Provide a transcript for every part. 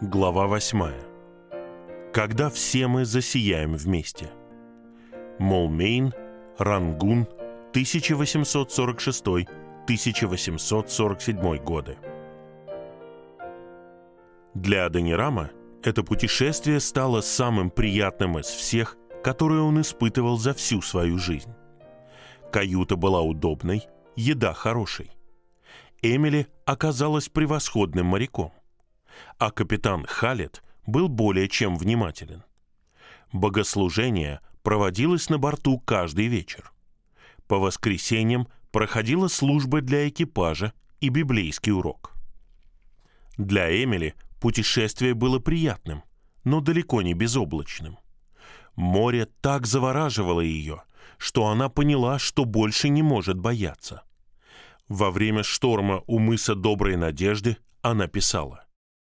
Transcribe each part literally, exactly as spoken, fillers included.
Глава восьмая. Когда все мы засияем вместе. Молмейн, Рангун, тысяча восемьсот сорок шестой — тысяча восемьсот сорок седьмой годы. Для Адонирама это путешествие стало самым приятным из всех, которые он испытывал за всю свою жизнь. Каюта была удобной, еда хорошей. Эмили оказалась превосходным моряком, а капитан Халет был более чем внимателен. Богослужение проводилось на борту каждый вечер. По воскресеньям проходила служба для экипажа и библейский урок. Для Эмили путешествие было приятным, но далеко не безоблачным. Море так завораживало ее, что она поняла, что больше не может бояться. Во время шторма у мыса Доброй Надежды она писала: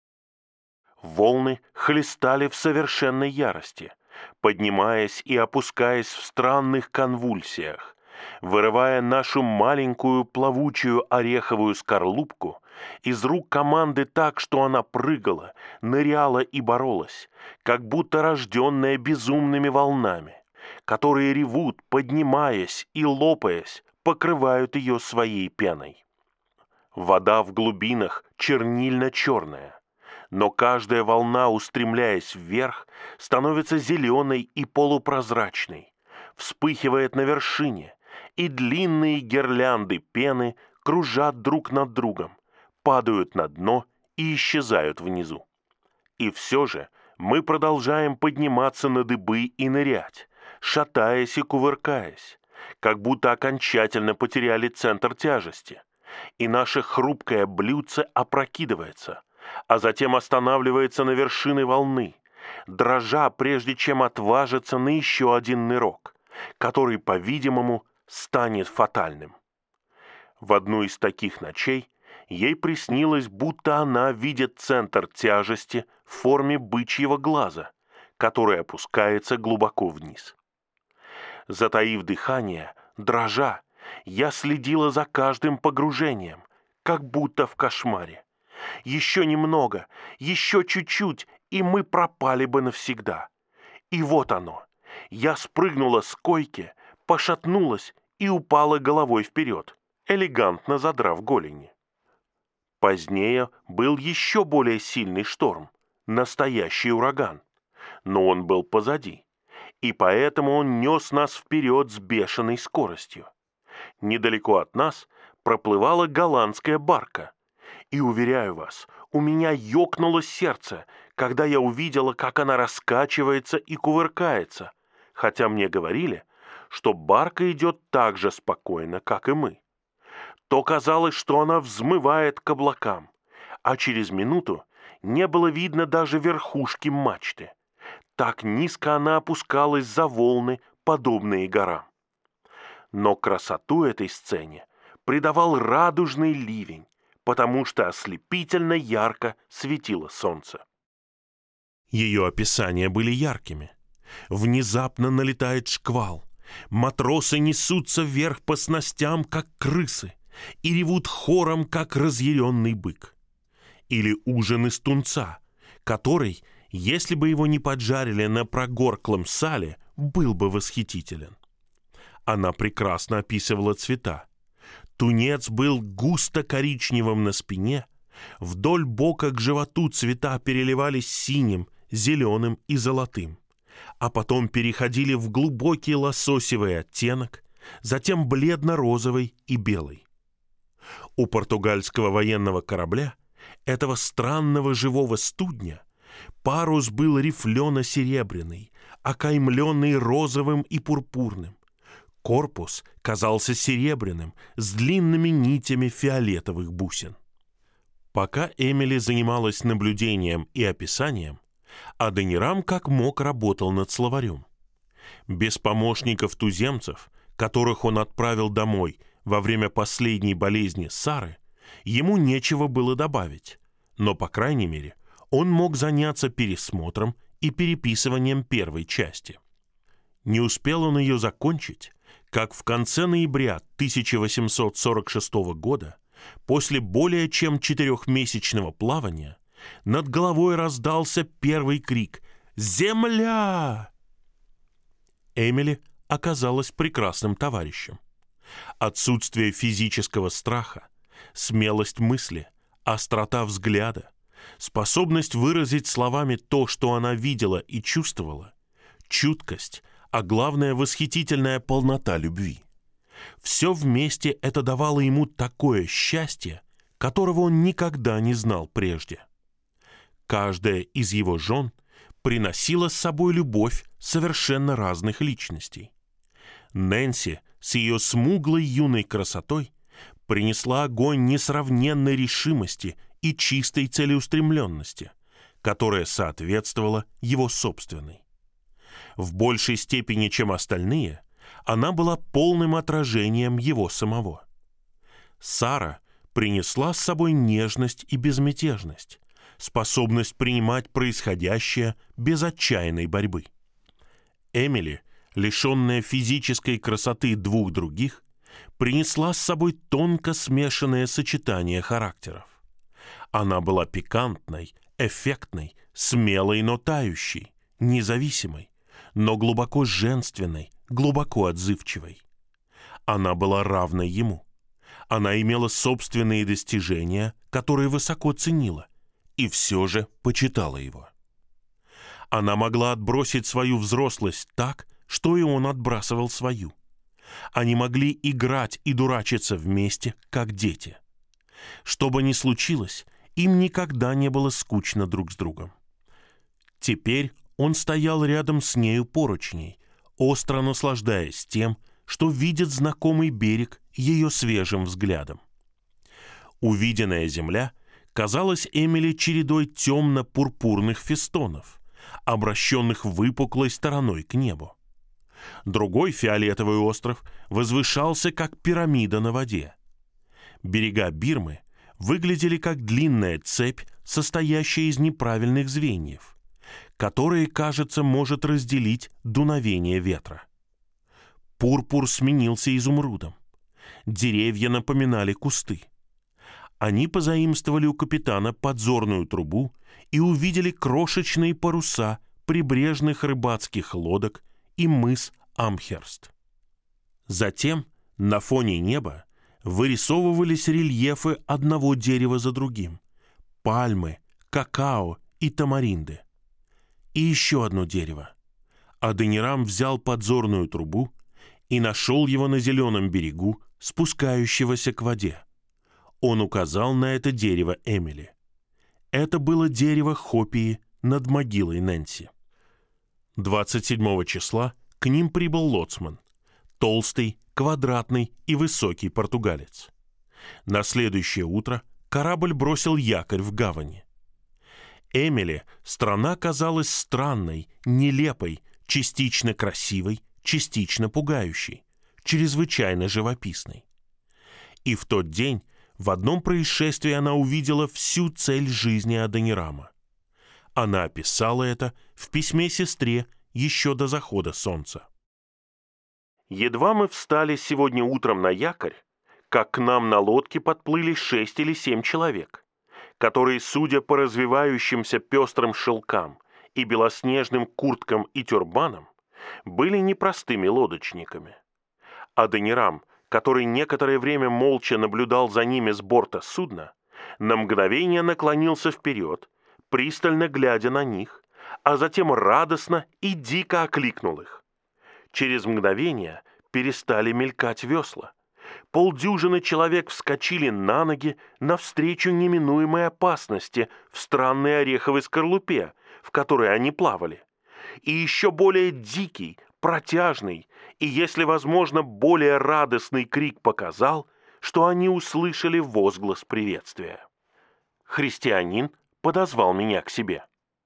«Волны хлестали в совершенной ярости, поднимаясь и опускаясь в странных конвульсиях, вырывая нашу маленькую плавучую ореховую скорлупку из рук команды так, что она прыгала, ныряла и боролась, как будто рожденная безумными волнами, которые ревут, поднимаясь и лопаясь, покрывают ее своей пеной. Вода в глубинах чернильно-черная, но каждая волна, устремляясь вверх, становится зеленой и полупрозрачной, вспыхивает на вершине, и длинные гирлянды пены кружат друг над другом, падают на дно и исчезают внизу. И все же мы продолжаем подниматься на дыбы и нырять, шатаясь и кувыркаясь, как будто окончательно потеряли центр тяжести, и наше хрупкое блюдце опрокидывается, а затем останавливается на вершине волны, дрожа, прежде чем отважиться на еще один нырок, который, по-видимому, станет фатальным. В одну из таких ночей ей приснилось, будто она видит центр тяжести в форме бычьего глаза, который опускается глубоко вниз. Затаив дыхание, дрожа, я следила за каждым погружением, как будто в кошмаре. Еще немного, еще чуть-чуть, и мы пропали бы навсегда. И вот оно. Я спрыгнула с койки, пошатнулась и упала головой вперед, элегантно задрав голени. Позднее был еще более сильный шторм, настоящий ураган, но он был позади, и поэтому он нес нас вперед с бешеной скоростью. Недалеко от нас проплывала голландская барка, и, уверяю вас, у меня ёкнуло сердце, когда я увидела, как она раскачивается и кувыркается, хотя мне говорили, что барка идет так же спокойно, как и мы. То казалось, что она взмывает к облакам, а через минуту не было видно даже верхушки мачты. Так низко она опускалась за волны, подобные горам. Но красоту этой сцене придавал радужный ливень, потому что ослепительно ярко светило солнце. Ее описания были яркими. Внезапно налетает шквал. Матросы несутся вверх по снастям, как крысы, и ревут хором, как разъяренный бык. Или ужин из тунца, который, если бы его не поджарили на прогорклом сале, был бы восхитителен. Она прекрасно описывала цвета. Тунец был густо коричневым на спине, вдоль бока к животу цвета переливались синим, зеленым и золотым, а потом переходили в глубокий лососевый оттенок, затем бледно-розовый и белый. У португальского военного корабля, этого странного живого студня, парус был рифлено-серебряный, окаймленный розовым и пурпурным. Корпус казался серебряным, с длинными нитями фиолетовых бусин. Пока Эмили занималась наблюдением и описанием, Адонирам как мог работал над словарем. Без помощников туземцев, которых он отправил домой во время последней болезни Сары, ему нечего было добавить, но, по крайней мере, он мог заняться пересмотром и переписыванием первой части. Не успел он ее закончить, как в конце ноября тысяча восемьсот сорок шестого года, после более чем четырехмесячного плавания, Над головой раздался первый крик «Земля!». Эмили оказалась прекрасным товарищем. Отсутствие физического страха, смелость мысли, острота взгляда, способность выразить словами то, что она видела и чувствовала, чуткость, а главное, восхитительная полнота любви. Все вместе это давало ему такое счастье, которого он никогда не знал прежде. Каждая из его жен приносила с собой любовь совершенно разных личностей. Нэнси с ее смуглой юной красотой принесла огонь несравненной решимости и чистой целеустремленности, которая соответствовала его собственной. В большей степени, чем остальные, она была полным отражением его самого. Сара принесла с собой нежность и безмятежность, способность принимать происходящее без отчаянной борьбы. Эмили, лишенная физической красоты двух других, принесла с собой тонко смешанное сочетание характеров. Она была пикантной, эффектной, смелой, но тающей, независимой, но глубоко женственной, глубоко отзывчивой. Она была равной ему. Она имела собственные достижения, которые высоко ценила, и все же почитала его. Она могла отбросить свою взрослость так, что и он отбрасывал свою. Они могли играть и дурачиться вместе, как дети. Что бы ни случилось, им никогда не было скучно друг с другом. Теперь он стоял рядом с нею поручней, остро наслаждаясь тем, что видит знакомый берег ее свежим взглядом. Увиденная земля казалась Эмили чередой темно-пурпурных фестонов, обращенных выпуклой стороной к небу. Другой фиолетовый остров возвышался, как пирамида на воде. Берега Бирмы выглядели как длинная цепь, состоящая из неправильных звеньев, которые, кажется, может разделить дуновение ветра. Пурпур сменился изумрудом. Деревья напоминали кусты. Они позаимствовали у капитана подзорную трубу и увидели крошечные паруса прибрежных рыбацких лодок и мыс Амхерст. Затем на фоне неба вырисовывались рельефы одного дерева за другим: пальмы, какао и тамаринды. И еще одно дерево. Аденирам взял подзорную трубу и нашел его на зеленом берегу, спускающегося к воде. Он указал на это дерево Эмили. Это было дерево Хопии над могилой Нэнси. двадцать седьмого числа к ним прибыл лоцман, толстый, квадратный и высокий португалец. На следующее утро корабль бросил якорь в гавани. Эмили страна казалась странной, нелепой, частично красивой, частично пугающей, чрезвычайно живописной. И в тот день в одном происшествии она увидела всю цель жизни Аденирама. Она описала это в письме сестре еще до захода солнца. «Едва мы встали сегодня утром на якорь, как к нам на лодке подплыли шесть или семь человек, которые, судя по развивающимся пестрым шелкам и белоснежным курткам и тюрбанам, были непростыми лодочниками. Аденирам, который некоторое время молча наблюдал за ними с борта судна, на мгновение наклонился вперед, пристально глядя на них, а затем радостно и дико окликнул их. Через мгновение перестали мелькать весла. Полдюжины человек вскочили на ноги навстречу неминуемой опасности в странной ореховой скорлупе, в которой они плавали. И еще более дикий, протяжный и, если возможно, более радостный крик показал, что они услышали возглас приветствия. Христианин подозвал меня к себе.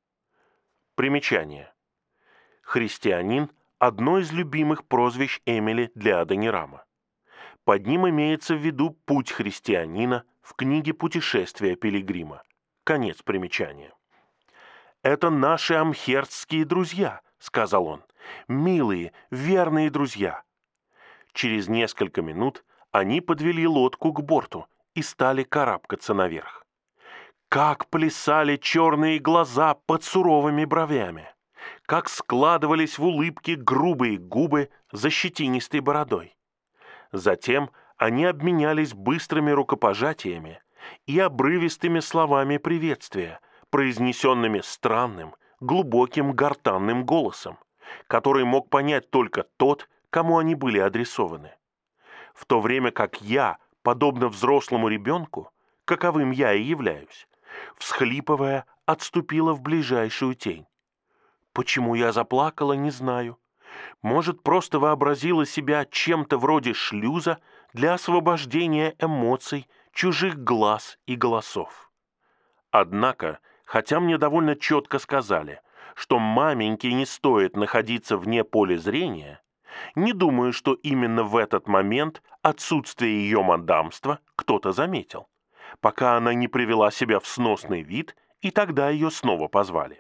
Примечание. Христианин – одно из любимых прозвищ Эмили для Аденирама. Под ним имеется в виду путь христианина в книге «Путешествие пилигрима». Конец примечания. «Это наши амхерстские друзья», — сказал он. «Милые, верные друзья». Через несколько минут они подвели лодку к борту и стали карабкаться наверх. Как плясали черные глаза под суровыми бровями, как складывались в улыбке грубые губы за щетинистой бородой. Затем они обменялись быстрыми рукопожатиями и обрывистыми словами приветствия, произнесенными странным, глубоким гортанным голосом, который мог понять только тот, кому они были адресованы. В то время как я, подобно взрослому ребенку, каковым я и являюсь, всхлипывая, отступила в ближайшую тень. Почему я заплакала, не знаю. Может, просто вообразила себя чем-то вроде шлюза для освобождения эмоций, чужих глаз и голосов. Однако, хотя мне довольно четко сказали, что маменьке не стоит находиться вне поля зрения, не думаю, что именно в этот момент отсутствие ее мадамства кто-то заметил, пока она не привела себя в сносный вид, и тогда ее снова позвали.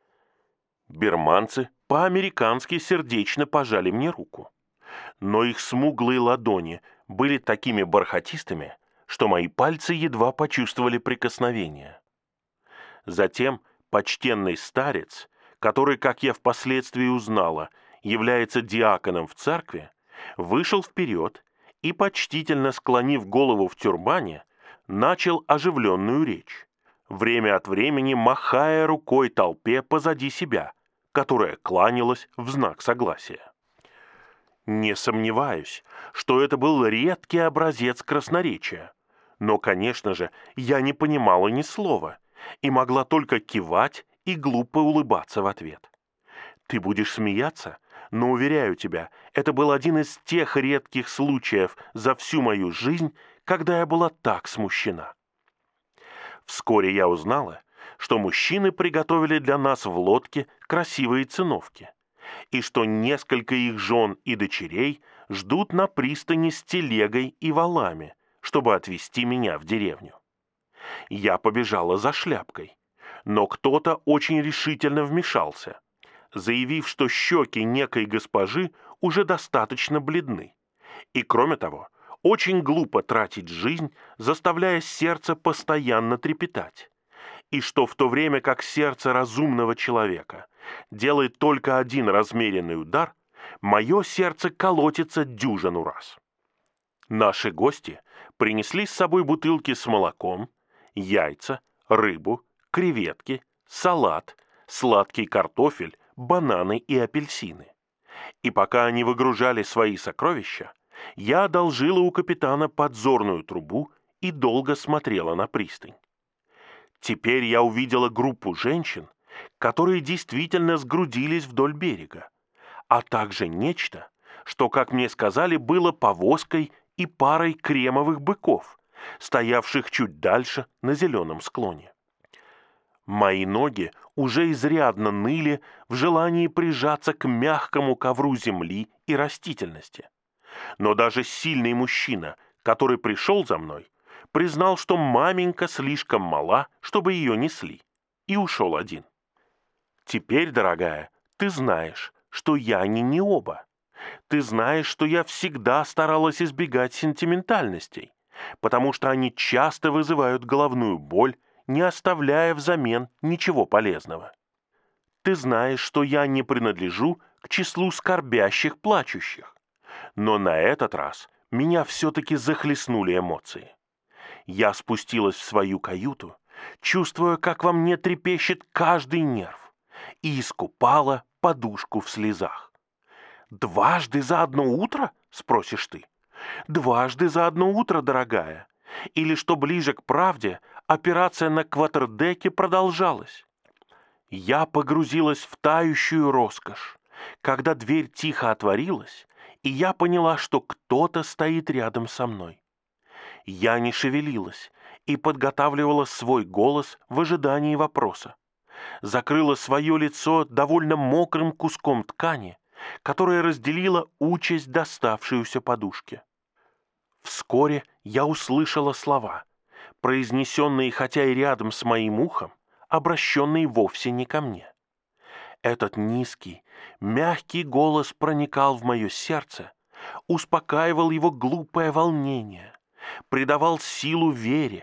Бирманцы по-американски сердечно пожали мне руку, но их смуглые ладони были такими бархатистыми, что мои пальцы едва почувствовали прикосновение. Затем почтенный старец, который, как я впоследствии узнала, является диаконом в церкви, вышел вперед и, почтительно склонив голову в тюрбане, начал оживленную речь, время от времени махая рукой толпе позади себя, которая кланялась в знак согласия. Не сомневаюсь, что это был редкий образец красноречия, но, конечно же, я не понимала ни слова и могла только кивать и глупо улыбаться в ответ. Ты будешь смеяться, но, уверяю тебя, это был один из тех редких случаев за всю мою жизнь, когда я была так смущена. Вскоре я узнала, что мужчины приготовили для нас в лодке красивые циновки, и что несколько их жен и дочерей ждут на пристани с телегой и валами, чтобы отвезти меня в деревню. Я побежала за шляпкой, но кто-то очень решительно вмешался, заявив, что щеки некой госпожи уже достаточно бледны, и, кроме того, очень глупо тратить жизнь, заставляя сердце постоянно трепетать, и что в то время как сердце разумного человека делает только один размеренный удар, мое сердце колотится дюжину раз. Наши гости принесли с собой бутылки с молоком, яйца, рыбу, креветки, салат, сладкий картофель, бананы и апельсины. И пока они выгружали свои сокровища, я одолжила у капитана подзорную трубу и долго смотрела на пристань. Теперь я увидела группу женщин, которые действительно сгрудились вдоль берега, а также нечто, что, как мне сказали, было повозкой и парой кремовых быков, стоявших чуть дальше на зеленом склоне. Мои ноги уже изрядно ныли в желании прижаться к мягкому ковру земли и растительности. Но даже сильный мужчина, который пришел за мной, признал, что маменька слишком мала, чтобы ее несли, и ушел один. Теперь, дорогая, ты знаешь, что я не Необа. Ты знаешь, что я всегда старалась избегать сентиментальностей, потому что они часто вызывают головную боль, не оставляя взамен ничего полезного. Ты знаешь, что я не принадлежу к числу скорбящих, плачущих. Но на этот раз меня все-таки захлестнули эмоции. Я спустилась в свою каюту, чувствуя, как во мне трепещет каждый нерв, и искупала подушку в слезах. «Дважды за одно утро?» — спросишь ты. «Дважды за одно утро, дорогая. Или, что ближе к правде, операция на кватердеке продолжалась». Я погрузилась в тающую роскошь, когда дверь тихо отворилась, и я поняла, что кто-то стоит рядом со мной. Я не шевелилась и подготавливала свой голос в ожидании вопроса. Закрыла свое лицо довольно мокрым куском ткани, которая разделила участь, доставшуюся подушке. Вскоре я услышала слова, произнесенные хотя и рядом с моим ухом, обращенные вовсе не ко мне. Этот низкий, мягкий голос проникал в мое сердце, успокаивал его глупое волнение, придавал силу вере,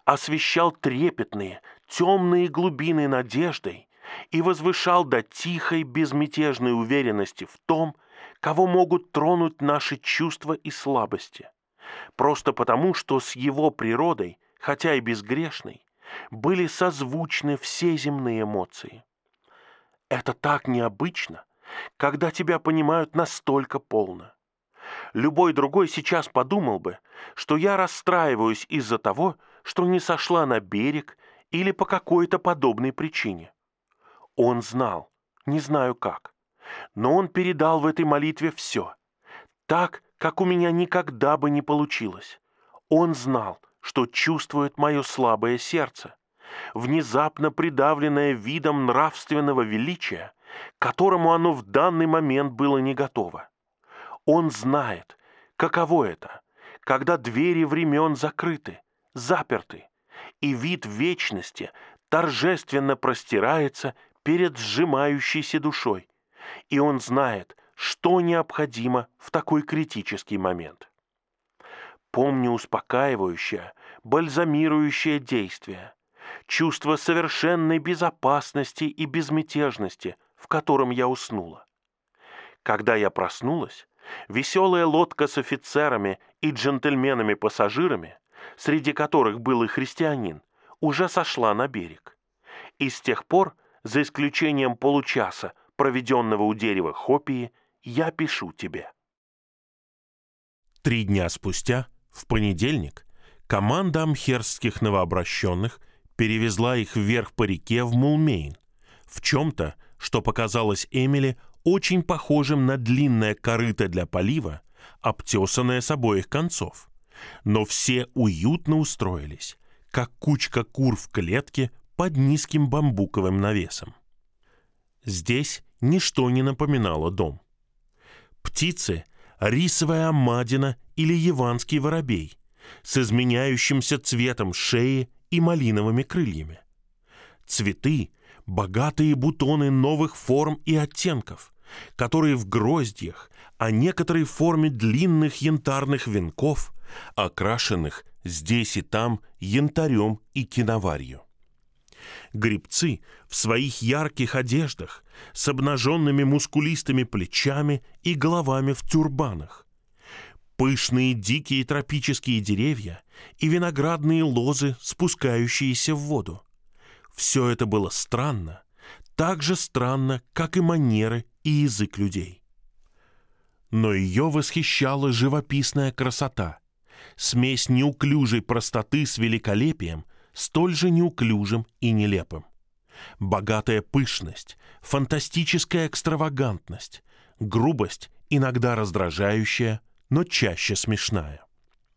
освещал трепетные, темные глубины надеждой и возвышал до тихой, безмятежной уверенности в том, кого могут тронуть наши чувства и слабости, просто потому, что с его природой, хотя и безгрешной, были созвучны все земные эмоции. Это так необычно, когда тебя понимают настолько полно. Любой другой сейчас подумал бы, что я расстраиваюсь из-за того, что не сошла на берег или по какой-то подобной причине. Он знал, не знаю как, но он передал в этой молитве все, так, как у меня никогда бы не получилось. Он знал, что чувствует мое слабое сердце, внезапно придавленное видом нравственного величия, которому оно в данный момент было не готово. Он знает, каково это, когда двери времен закрыты, заперты, и вид вечности торжественно простирается перед сжимающейся душой, и он знает, что необходимо в такой критический момент. Помню успокаивающее, бальзамирующее действие, чувство совершенной безопасности и безмятежности, в котором я уснула. Когда я проснулась, веселая лодка с офицерами и джентльменами-пассажирами, среди которых был и христианин, уже сошла на берег. И с тех пор, за исключением получаса, проведенного у дерева Хопии, я пишу тебе. Три дня спустя, в понедельник, команда амхерстских новообращенных перевезла их вверх по реке в Мулмейн, в чем-то, что показалось Эмили очень похожим на длинное корыто для полива, обтесанное с обоих концов. Но все уютно устроились, как кучка кур в клетке под низким бамбуковым навесом. Здесь ничто не напоминало дом. Птицы — рисовая омадина или яванский воробей с изменяющимся цветом шеи и малиновыми крыльями. Цветы — богатые бутоны новых форм и оттенков, которые в гроздьях, а некоторые в форме длинных янтарных венков, окрашенных здесь и там янтарем и киноварью. Гребцы в своих ярких одеждах с обнаженными мускулистыми плечами и головами в тюрбанах. Пышные дикие тропические деревья и виноградные лозы, спускающиеся в воду. Все это было странно, так же странно, как и манеры и язык людей. Но ее восхищала живописная красота, смесь неуклюжей простоты с великолепием, столь же неуклюжим и нелепым. Богатая пышность, фантастическая экстравагантность, грубость, иногда раздражающая, но чаще смешная.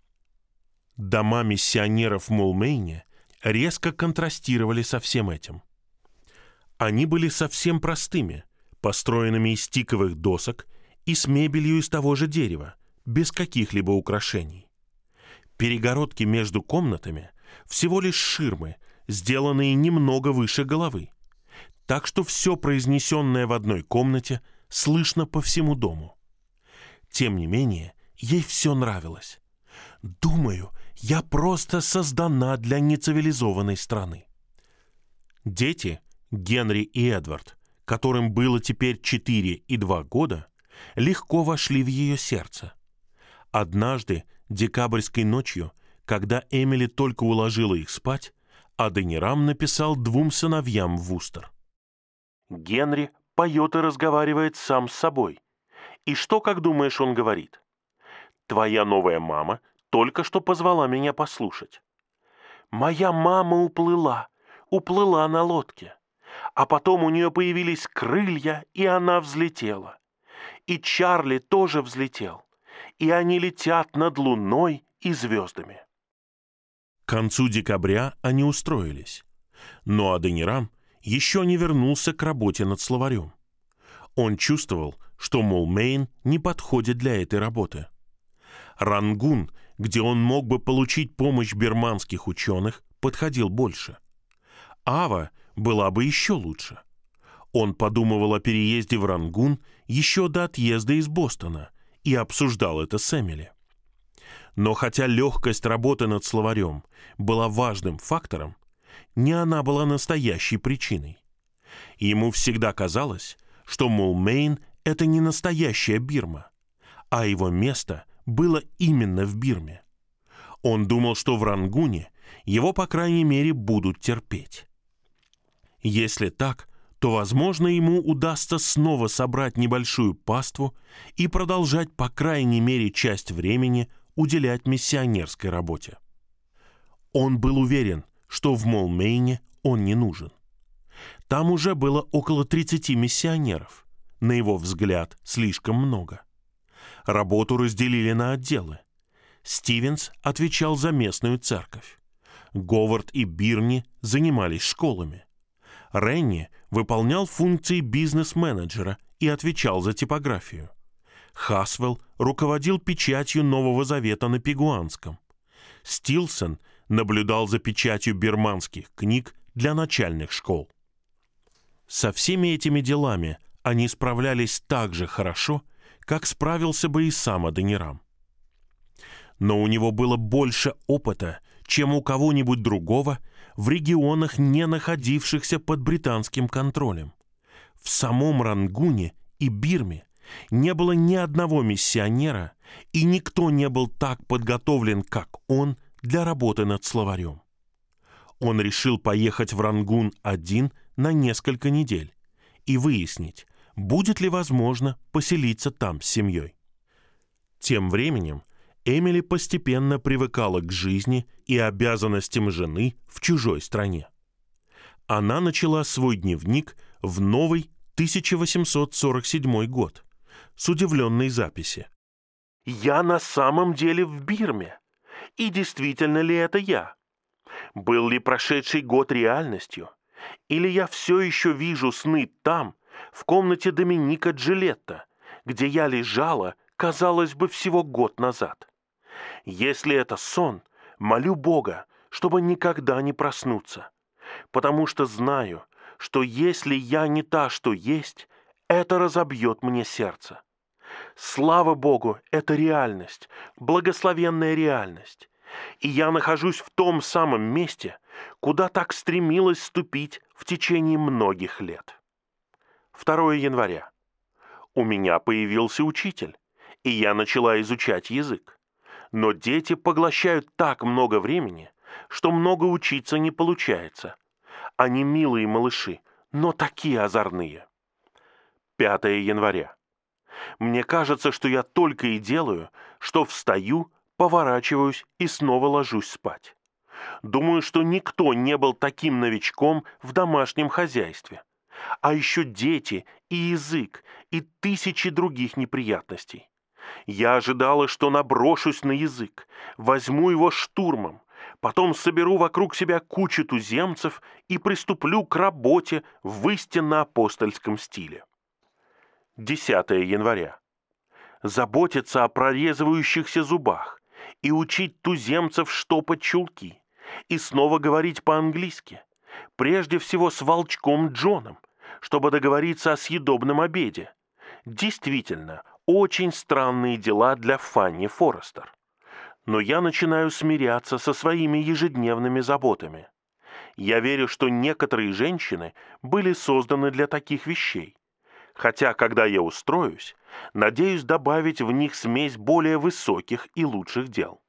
Дома миссионеров в Мулмейне резко контрастировали со всем этим. Они были совсем простыми, построенными из тиковых досок и с мебелью из того же дерева, без каких-либо украшений. Перегородки между комнатами всего лишь ширмы, сделанные немного выше головы, так что все произнесенное в одной комнате слышно по всему дому. Тем не менее, ей все нравилось. «Думаю, я просто создана для нецивилизованной страны». Дети, Генри и Эдвард, которым было теперь четыре и два года, легко вошли в ее сердце. Однажды, декабрьской ночью, когда Эмили только уложила их спать, Аденирам написал двум сыновьям в Вустер. Генри поет и разговаривает сам с собой. И что, как думаешь, он говорит? Твоя новая мама только что позвала меня послушать. Моя мама уплыла, уплыла на лодке. А потом у нее появились крылья, и она взлетела. И Чарли тоже взлетел. И они летят над луной и звездами. К концу декабря они устроились. Но Аденирам еще не вернулся к работе над словарем. Он чувствовал, что Мулмейн не подходит для этой работы. Рангун, где он мог бы получить помощь бирманских ученых, подходил больше. Ава была бы еще лучше. Он подумывал о переезде в Рангун еще до отъезда из Бостона и обсуждал это с Эмили. Но хотя легкость работы над словарем была важным фактором, не она была настоящей причиной. Ему всегда казалось, что Мулмейн — это не настоящая Бирма, а его место было именно в Бирме. Он думал, что в Рангуне его, по крайней мере, будут терпеть. Если так, то, возможно, ему удастся снова собрать небольшую паству и продолжать, по крайней мере, часть времени уделять миссионерской работе. Он был уверен, что в Мулмейне он не нужен. Там уже было около тридцати миссионеров. На его взгляд, слишком много. Работу разделили на отделы. Стивенс отвечал за местную церковь. Говард и Бирни занимались школами. Ренни выполнял функции бизнес-менеджера и отвечал за типографию. Хасвелл руководил печатью Нового Завета на пигуанском. Стилсон наблюдал за печатью бирманских книг для начальных школ. Со всеми этими делами они справлялись так же хорошо, как справился бы и сам Адонирам. Но у него было больше опыта, чем у кого-нибудь другого в регионах, не находившихся под британским контролем. В самом Рангуне и Бирме не было ни одного миссионера, и никто не был так подготовлен, как он, для работы над словарем. Он решил поехать в Рангун один на несколько недель и выяснить, будет ли возможно поселиться там с семьей. Тем временем Эмили постепенно привыкала к жизни и обязанностям жены в чужой стране. Она начала свой дневник в новый тысяча восемьсот сорок седьмой год с удивленной записи. «Я на самом деле в Бирме. И действительно ли это я? Был ли прошедший год реальностью? Или я все еще вижу сны там, в комнате Доминика Джилетта, где я лежала, казалось бы, всего год назад? Если это сон, молю Бога, чтобы никогда не проснуться, потому что знаю, что если я не та, что есть, это разобьет мне сердце. Слава Богу, это реальность, благословенная реальность, и я нахожусь в том самом месте, куда так стремилась ступить в течение многих лет. второго января. У меня появился учитель, и я начала изучать язык. Но дети поглощают так много времени, что много учиться не получается. Они милые малыши, но такие озорные. пятого января. Мне кажется, что я только и делаю, что встаю, поворачиваюсь и снова ложусь спать. Думаю, что никто не был таким новичком в домашнем хозяйстве. А еще дети и язык, и тысячи других неприятностей. Я ожидала, что наброшусь на язык, возьму его штурмом, потом соберу вокруг себя кучу туземцев и приступлю к работе в истинно апостольском стиле. десятого января. Заботиться о прорезывающихся зубах и учить туземцев штопать чулки и снова говорить по-английски, прежде всего с волчком Джоном, чтобы договориться о съедобном обеде. Действительно, очень странные дела для Фанни Форестер. Но я начинаю смиряться со своими ежедневными заботами. Я верю, что некоторые женщины были созданы для таких вещей. Хотя, когда я устроюсь, надеюсь добавить в них смесь более высоких и лучших дел.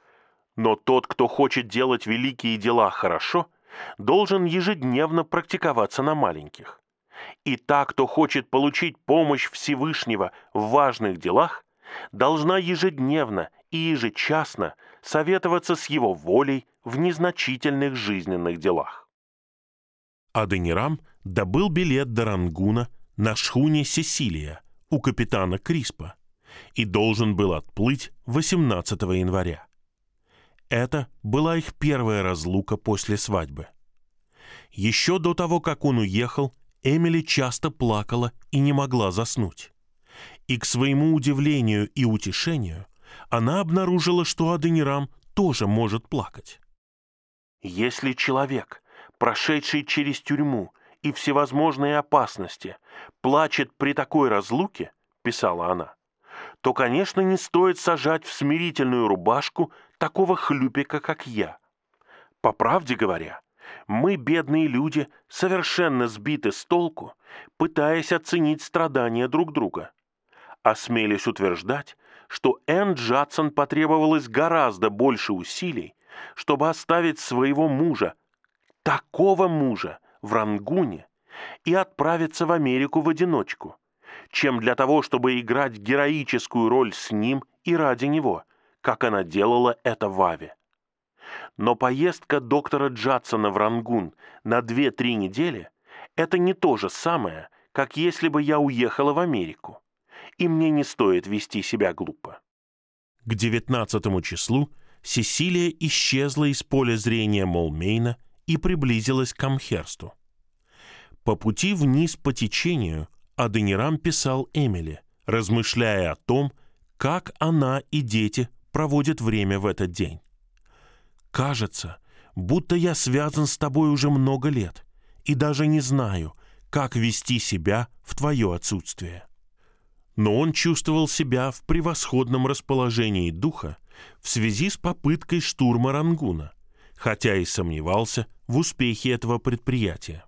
Но тот, кто хочет делать великие дела хорошо, должен ежедневно практиковаться на маленьких. И та, кто хочет получить помощь Всевышнего в важных делах, должна ежедневно и ежечасно советоваться с его волей в незначительных жизненных делах. Адонирам добыл билет до Рангуна на шхуне «Сесилия» у капитана Криспа и должен был отплыть восемнадцатого января. Это была их первая разлука после свадьбы. Еще до того, как он уехал, Эмили часто плакала и не могла заснуть. И к своему удивлению и утешению она обнаружила, что Адонирам тоже может плакать. «Если человек, прошедший через тюрьму и всевозможные опасности, плачет при такой разлуке, — писала она, — то, конечно, не стоит сажать в смирительную рубашку такого хлюпика, как я. По правде говоря, мы, бедные люди, совершенно сбиты с толку, пытаясь оценить страдания друг друга. Осмелюсь утверждать, что Энн Джадсон потребовалось гораздо больше усилий, чтобы оставить своего мужа, такого мужа, в Рангуне и отправиться в Америку в одиночку, чем для того, чтобы играть героическую роль с ним и ради него, как она делала это в Аве. Но поездка доктора Джадсона в Рангун на две-три недели – это не то же самое, как если бы я уехала в Америку. И мне не стоит вести себя глупо. К девятнадцатому числу Сесилия исчезла из поля зрения Молмейна и приблизилась к Амхерсту. По пути вниз по течению Аденирам писал Эмили, размышляя о том, как она и дети проводят время в этот день. «Кажется, будто я связан с тобой уже много лет и даже не знаю, как вести себя в твое отсутствие». Но он чувствовал себя в превосходном расположении духа в связи с попыткой штурма Рангуна, хотя и сомневался в успехе этого предприятия.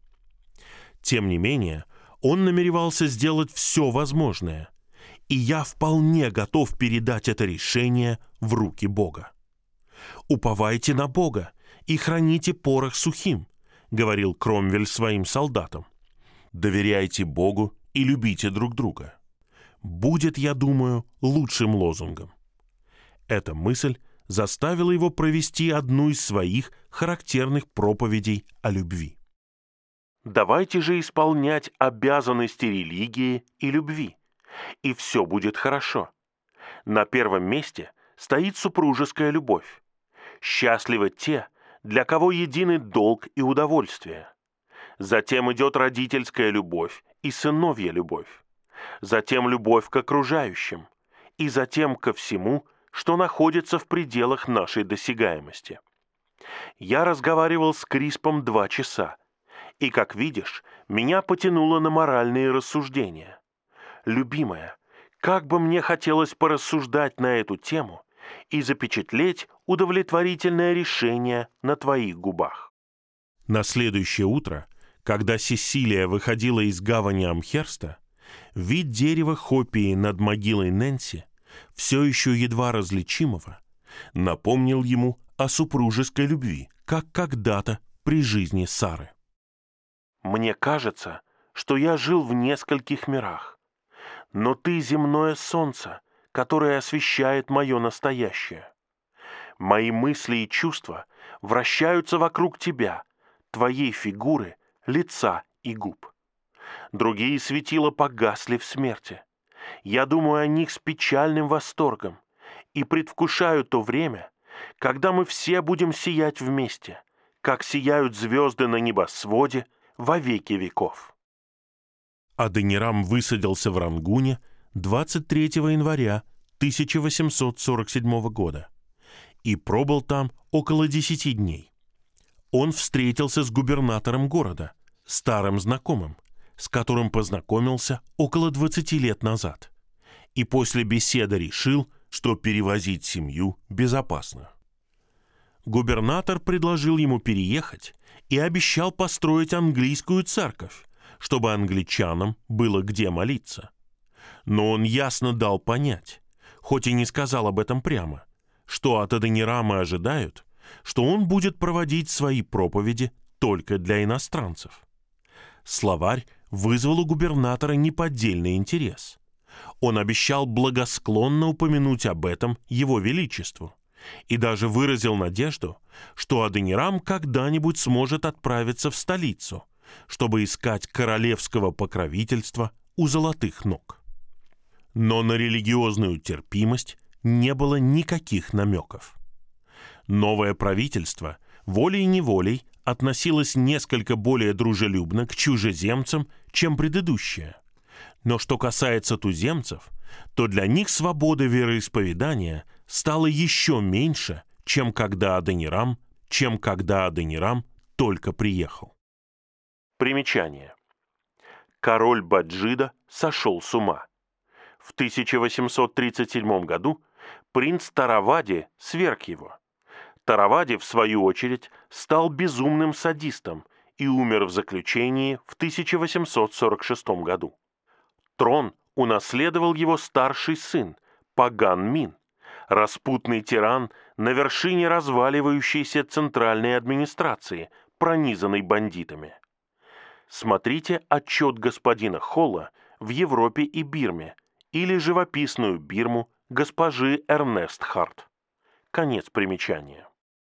Тем не менее, он намеревался сделать все возможное, и я вполне готов передать это решение в руки Бога. «Уповайте на Бога и храните порох сухим», — говорил Кромвель своим солдатам. «Доверяйте Богу и любите друг друга». Будет, я думаю, лучшим лозунгом. Эта мысль заставила его провести одну из своих характерных проповедей о любви. Давайте же исполнять обязанности религии и любви, и все будет хорошо. На первом месте стоит супружеская любовь. Счастливы те, для кого едины долг и удовольствие. Затем идет родительская любовь и сыновья любовь. Затем любовь к окружающим, и затем ко всему, что находится в пределах нашей досягаемости. Я разговаривал с Криспом два часа, и, как видишь, меня потянуло на моральные рассуждения. Любимая, как бы мне хотелось порассуждать на эту тему и запечатлеть удовлетворительное решение на твоих губах. На следующее утро, когда Сесилия выходила из гавани Амхерста, вид дерева хопии над могилой Нэнси, все еще едва различимого, напомнил ему о супружеской любви, как когда-то при жизни Сары. «Мне кажется, что я жил в нескольких мирах, но ты земное солнце, которое освещает мое настоящее. Мои мысли и чувства вращаются вокруг тебя, твоей фигуры, лица и губ. Другие светила погасли в смерти. Я думаю о них с печальным восторгом и предвкушаю то время, когда мы все будем сиять вместе, как сияют звезды на небосводе во веки веков». Аденирам высадился в Рангуне двадцать третьего января тысяча восемьсот сорок седьмого года и пробыл там около десяти дней. Он встретился с губернатором города, старым знакомым, с которым познакомился около двадцати лет назад, и после беседы решил, что перевозить семью безопасно. Губернатор предложил ему переехать и обещал построить английскую церковь, чтобы англичанам было где молиться. Но он ясно дал понять, хоть и не сказал об этом прямо, что от Аденирама ожидают, что он будет проводить свои проповеди только для иностранцев. Словарь вызвал у губернатора неподдельный интерес. Он обещал благосклонно упомянуть об этом его величеству и даже выразил надежду, что Аденирам когда-нибудь сможет отправиться в столицу, чтобы искать королевского покровительства у золотых ног. Но на религиозную терпимость не было никаких намеков. Новое правительство волей-неволей относилось несколько более дружелюбно к чужеземцам, чем предыдущее. Но что касается туземцев, то для них свобода вероисповедания стала еще меньше, чем когда Аденирам, чем когда Аденирам только приехал. Примечание. Король Баджида сошел с ума. В тысяча восемьсот тридцать седьмом году принц Таравади сверг его. Таравади, в свою очередь, стал безумным садистом и умер в заключении в тысяча восемьсот сорок шестом году. Трон унаследовал его старший сын Паган Мин, распутный тиран на вершине разваливающейся центральной администрации, пронизанной бандитами. Смотрите отчет господина Холла в Европе и Бирме или живописную Бирму госпожи Эрнест Харт. Конец примечания.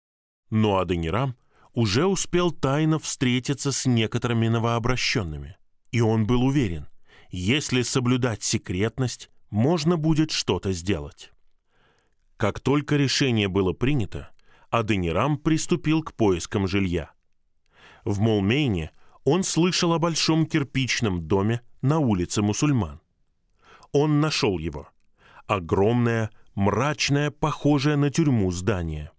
Но Аденирам уже успел тайно встретиться с некоторыми новообращенными, и он был уверен, если соблюдать секретность, можно будет что-то сделать. Как только решение было принято, Аденирам приступил к поискам жилья. В Мулмейне он слышал о большом кирпичном доме на улице Мусульман. Он нашел его. Огромное, мрачное, похожее на тюрьму здание.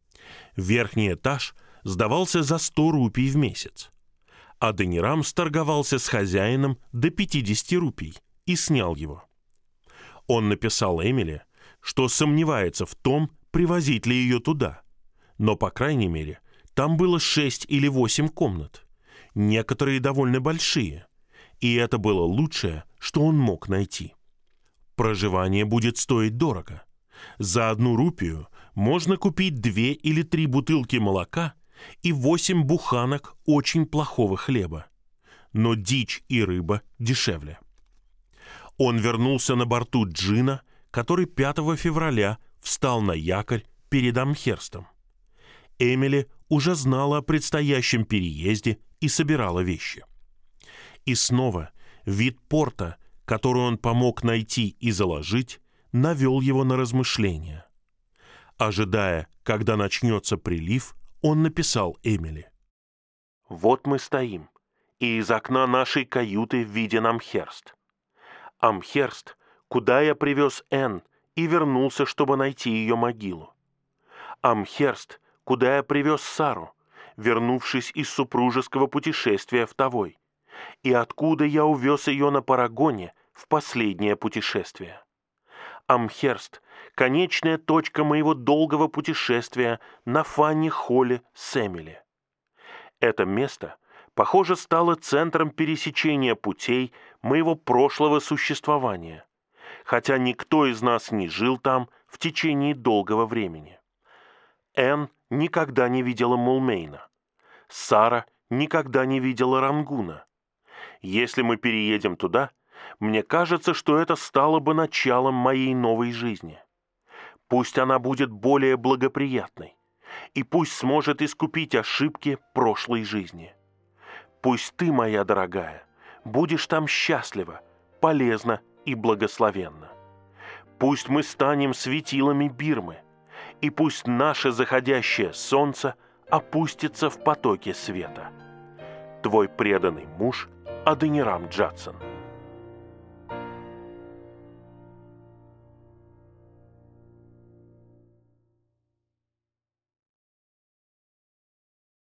Верхний этаж сдавался за сто рупий в месяц. Аденирам сторговался с хозяином до пятидесяти рупий и снял его. Он написал Эмили, что сомневается в том, привозить ли ее туда, но, по крайней мере, там было шесть или восемь комнат, некоторые довольно большие, и это было лучшее, что он мог найти. Проживание будет стоить дорого. За одну рупию можно купить две или три бутылки молока и восемь буханок очень плохого хлеба. Но дичь и рыба дешевле. Он вернулся на борту джина, который пятого февраля встал на якорь перед Амхерстом. Эмили уже знала о предстоящем переезде и собирала вещи. И снова вид порта, который он помог найти и заложить, навел его на размышления. Ожидая, когда начнется прилив, он написал Эмили: «Вот мы стоим, и из окна нашей каюты виден Амхерст. Амхерст, куда я привез Энн и вернулся, чтобы найти ее могилу. Амхерст, куда я привез Сару, вернувшись из супружеского путешествия в Тавой, и откуда я увез ее на парагоне в последнее путешествие. Амхерст — конечная точка моего долгого путешествия на Фанни-Холле с Эмили. Это место, похоже, стало центром пересечения путей моего прошлого существования, хотя никто из нас не жил там в течение долгого времени. Энн никогда не видела Мулмейна. Сара никогда не видела Рангуна. Если мы переедем туда, мне кажется, что это стало бы началом моей новой жизни. Пусть она будет более благоприятной, и пусть сможет искупить ошибки прошлой жизни. Пусть ты, моя дорогая, будешь там счастлива, полезна и благословенна. Пусть мы станем светилами Бирмы, и пусть наше заходящее солнце опустится в потоке света. Твой преданный муж Аденирам Джадсон.